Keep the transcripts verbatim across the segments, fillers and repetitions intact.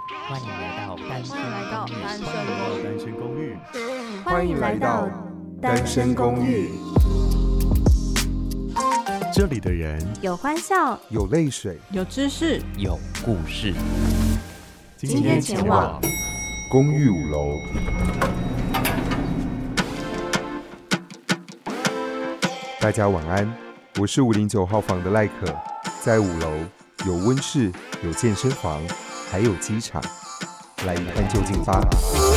欢迎来到单身公寓， 欢迎来到单身公寓。 这里的人有欢笑， 有泪水， 有知识， 有故事。 今天前往公寓五楼。大家晚安，我是五零九号房的赖可，在五楼有温室，有健身房，还有机场，来一探究竟吧。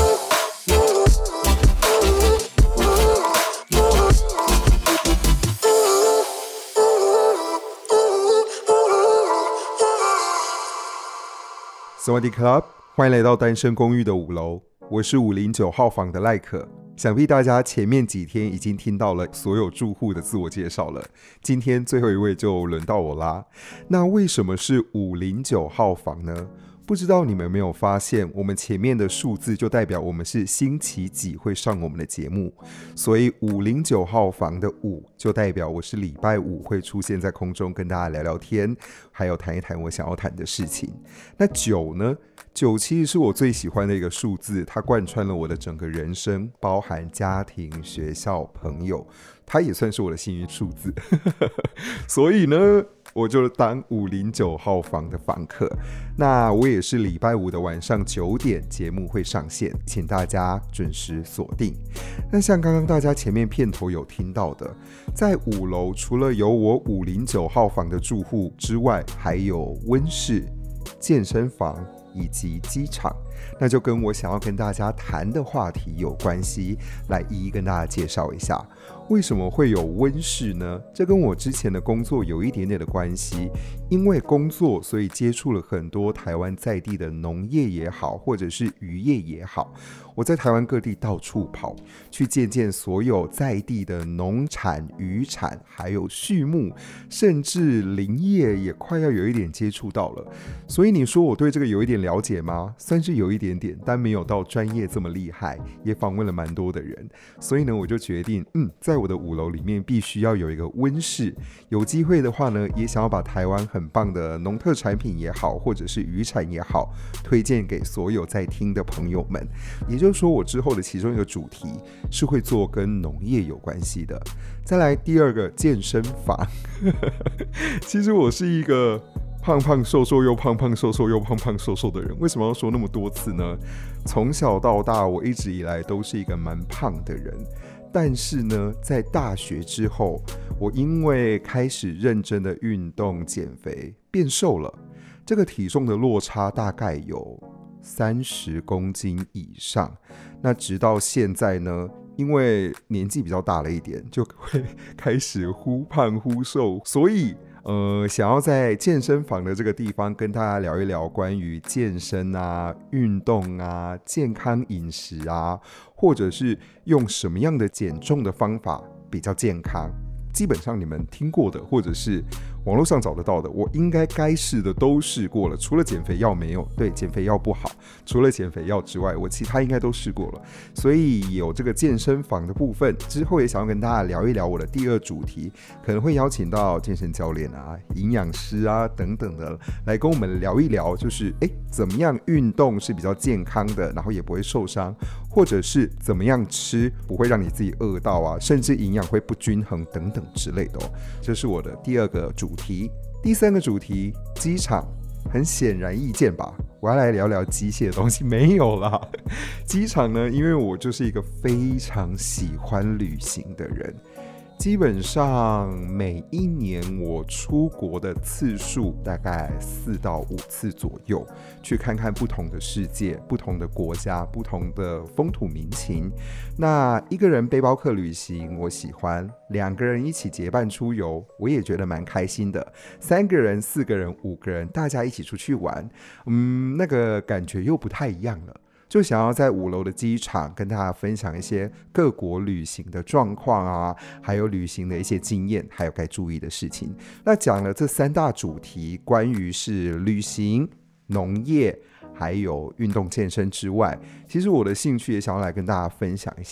萨瓦迪卡，欢迎来到单身公寓的五楼，我是五零九号房的赖可。想必大家前面几天已经听到了所有住户的自我介绍了，今天最后一位就轮到我啦。那为什么是五零九号房呢？不知道你们有没有发现，我们前面的数字就代表我们是星期几会上我们的节目，所以五零九号房的五就代表我是礼拜五会出现在空中跟大家聊聊天，还有谈一谈我想要谈的事情。那九呢？九其实是我最喜欢的一个数字，它贯穿了我的整个人生，包含家庭、学校、朋友，它也算是我的幸运数字所以呢我就当五零九号房的房客。那我也是礼拜五的晚上九点节目会上线，请大家准时锁定。那像刚刚大家前面片头有听到的，在五楼除了有我五零九号房的住户之外，还有温室、健身房以及机场，那就跟我想要跟大家谈的话题有关系，来一一跟大家介绍一下。为什么会有温室呢？这跟我之前的工作有一点点的关系，因为工作所以接触了很多台湾在地的农业也好，或者是渔业也好，我在台湾各地到处跑，去见见所有在地的农产、渔产，还有畜牧，甚至林业也快要有一点接触到了。所以你说我对这个有一点了解吗？算是有一点点，但没有到专业这么厉害，也访问了蛮多的人。所以呢，我就决定，嗯，在我的五楼里面必须要有一个温室。有机会的话呢，也想要把台湾很棒的农特产品也好，或者是渔产也好，推荐给所有在听的朋友们。也就是说，我之后的其中一个主题是会做跟农业有关系的。再来第二个，健身房其实我是一个胖胖瘦瘦又胖胖瘦瘦又胖胖瘦瘦的人。为什么要说那么多次呢？从小到大我一直以来都是一个蛮胖的人，但是呢在大学之后，我因为开始认真的运动减肥变瘦了，这个体重的落差大概有三十公斤以上。那直到现在呢，因为年纪比较大了一点，就会开始忽胖忽瘦，所以呃，想要在健身房的这个地方跟大家聊一聊关于健身啊、运动啊、健康饮食啊，或者是用什么样的减重的方法比较健康。基本上你们听过的，或者是网络上找得到的，我应该该试的都试过了。除了减肥药没有，对，减肥药不好。除了减肥药之外，我其他应该都试过了。所以有这个健身房的部分，之后也想要跟大家聊一聊我的第二主题，可能会邀请到健身教练啊、营养师啊等等的来跟我们聊一聊，就是哎，怎么样运动是比较健康的，然后也不会受伤，或者是怎么样吃不会让你自己饿到啊，甚至营养会不均衡等等之类的哦。这是我的第二个主题。第三个主题，机场，很显然易见吧，我要来聊聊机械的东西。没有啦，机场呢，因为我就是一个非常喜欢旅行的人，基本上每一年我出国的次数大概四到五次左右，去看看不同的世界、不同的国家、不同的风土民情。那一个人背包客旅行我喜欢，两个人一起结伴出游我也觉得蛮开心的，三个人、四个人、五个人大家一起出去玩，嗯，那个感觉又不太一样了。就想要在五楼的机场跟大家分享一些各国旅行的状况啊，还有旅行的一些经验，还有该注意的事情。那讲了这三大主题，关于是旅行、农业还有运动健身之外，其实我的兴趣也想要来跟大家分享一下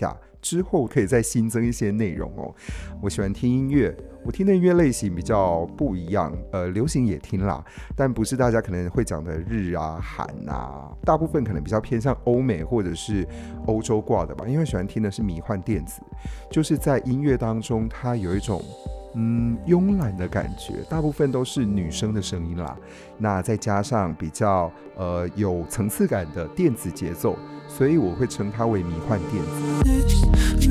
之后可以再新增一些内容哦。我喜欢听音乐，我听的音乐类型比较不一样，呃，流行也听啦，但不是大家可能会讲的日啊、韩啊，大部分可能比较偏向欧美或者是欧洲挂的吧，因为喜欢听的是迷幻电子，就是在音乐当中它有一种嗯，慵懒的感觉，大部分都是女生的声音啦。那再加上比较呃有层次感的电子节奏，所以我会称它为迷幻电子。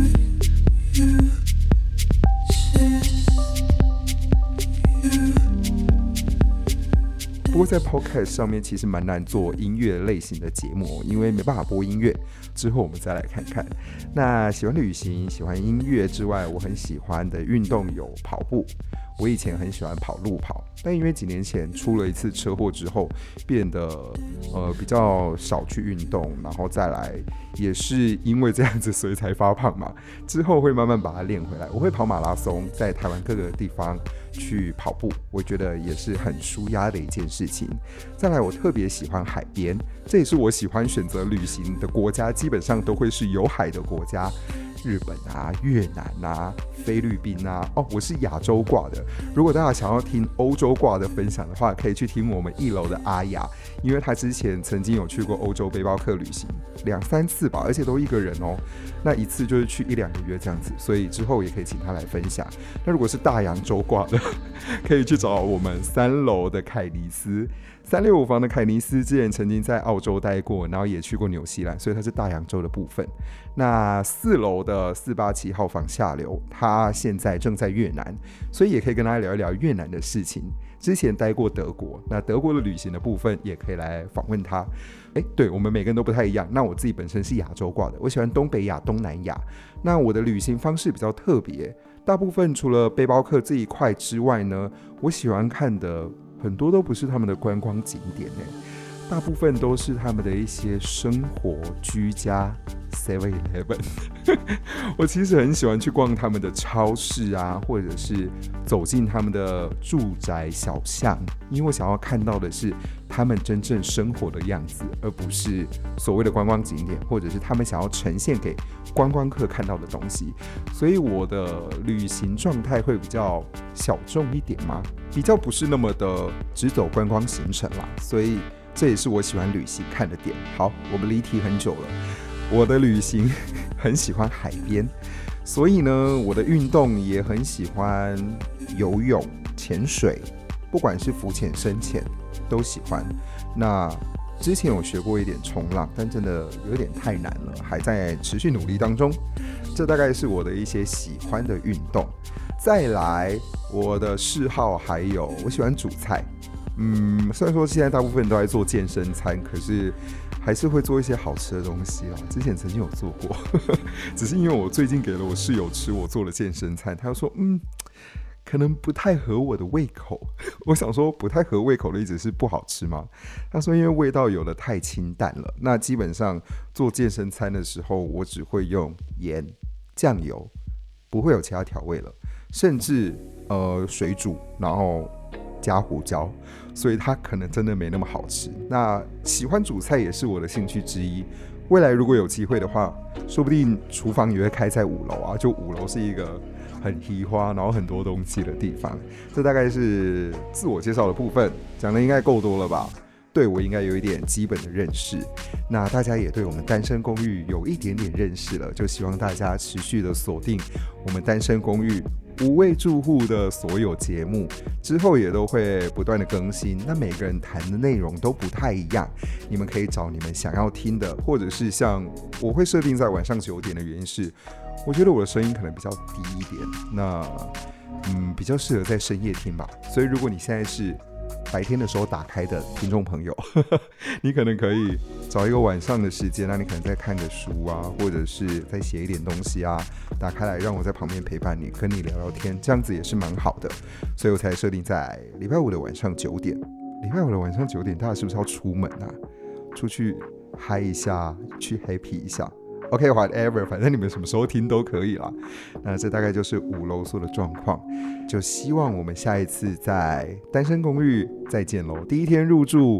不过在 Podcast 上面其实蛮难做音乐类型的节目，因为没办法播音乐。之后我们再来看看。那喜欢旅行、喜欢音乐之外，我很喜欢的运动有跑步。我以前很喜欢跑路跑，但因为几年前出了一次车祸之后，变得呃比较少去运动，然后再来也是因为这样子，所以才发胖嘛。之后会慢慢把它练回来。我会跑马拉松，在台湾各个地方去跑步，我觉得也是很舒压的一件事情。再来，我特别喜欢海边，这也是我喜欢选择旅行的国家，基本上都会是有海的国家。日本啊、越南啊、菲律宾啊，哦，我是亚洲挂的。如果大家想要听欧洲挂的分享的话，可以去听我们一楼的阿雅，因为他之前曾经有去过欧洲背包客旅行两三次吧，而且都一个人哦。那一次就是去一两个月这样子，所以之后也可以请他来分享。那如果是大洋洲挂的，可以去找我们三楼的凯尼斯。三六五房的凯尼斯之前曾经在澳洲待过，然后也去过纽西兰，所以他是大洋洲的部分。那四楼的四八七号房下流，他现在正在越南，所以也可以跟大家聊一聊越南的事情。之前待过德国，那德国的旅行的部分也可以来访问他。哎，对，我们每个人都不太一样。那我自己本身是亚洲挂的，我喜欢东北亚、东南亚。那我的旅行方式比较特别，大部分除了背包客这一块之外呢，我喜欢看的很多都不是他们的观光景点耶，大部分都是他们的一些生活居家 seven eleven 我其实很喜欢去逛他们的超市啊，或者是走进他们的住宅小巷，因为我想要看到的是他们真正生活的样子，而不是所谓的观光景点，或者是他们想要呈现给观光客看到的东西。所以我的旅行状态会比较小众一点嘛，比较不是那么的只走观光行程啦，所以这也是我喜欢旅行看的点。好，我们离题很久了。我的旅行很喜欢海边，所以呢，我的运动也很喜欢游泳、潜水，不管是浮潜、深潜都喜欢。那之前有学过一点冲浪，但真的有点太难了，还在持续努力当中。这大概是我的一些喜欢的运动。再来，我的嗜好还有我喜欢煮菜。嗯，虽然说现在大部分都在做健身餐，可是还是会做一些好吃的东西啦。之前曾经有做过，呵呵，只是因为我最近给了我室友吃我做的健身餐，他就说嗯，可能不太合我的胃口。我想说不太合胃口的意思是不好吃吗？他说因为味道有的太清淡了。那基本上做健身餐的时候，我只会用盐、酱油，不会有其他调味了，甚至呃水煮，然后加胡椒，所以它可能真的没那么好吃。那喜欢煮菜也是我的兴趣之一。未来如果有机会的话，说不定厨房也会开在五楼啊。就五楼是一个很稀花，然后很多东西的地方。这大概是自我介绍的部分，讲的应该够多了吧？对我应该有一点基本的认识。那大家也对我们单身公寓有一点点认识了，就希望大家持续的锁定我们单身公寓五位住户的所有节目，之后也都会不断的更新。那每个人谈的内容都不太一样，你们可以找你们想要听的，或者是像我会设定在晚上九点的原因是，我觉得我的声音可能比较低一点，那嗯比较适合在深夜听吧。所以如果你现在是白天的时候打开的听众朋友，呵呵，你可能可以找一个晚上的时间，那你可能在看个书啊，或者是在写一点东西啊，打开来让我在旁边陪伴你，跟你聊聊天，这样子也是蛮好的。所以我才设定在礼拜五的晚上九点。礼拜五的晚上九点，大家是不是要出门啊？出去嗨一下，去 happy 一下。OK whatever， 反正你们什么时候听都可以啦。那这大概就是五楼所的状况，就希望我们下一次在单身公寓再见喽。第一天入住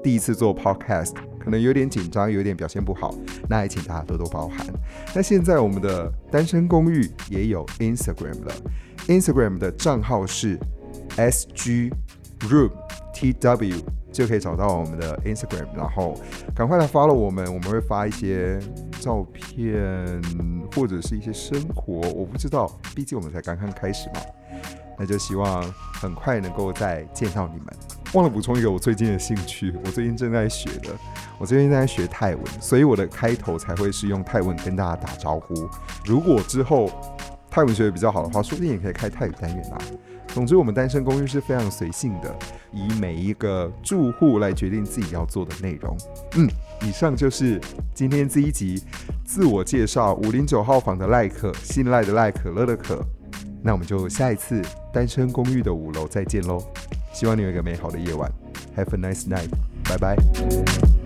第一次做 podcast， 可能有点紧张，有点表现不好，那也请大家多多包涵。那现在我们的单身公寓也有 Instagram 了， Instagram 的账号是 S G Room T W， 就可以找到我们的 Instagram， 然后赶快来 follow 我们，我们会发一些照片或者是一些生活，我不知道，毕竟我们才刚刚开始嘛，那就希望很快能够再见到你们。忘了补充一个我最近的兴趣，我最近正在学的，我最近正在学泰文，所以我的开头才会是用泰文跟大家打招呼。如果之后泰文学得比较好的话，说不定也可以开泰语单元啦。总之我们单身公寓是非常随性的，以每一个住户来决定自己要做的内容。嗯，以上就是今天这一集自我介绍五零九号房的赖可，信赖的赖，可乐的可。那我们就下一次单身公寓的五楼再见咯，希望你有一个美好的夜晚。 Have a nice night， 拜拜。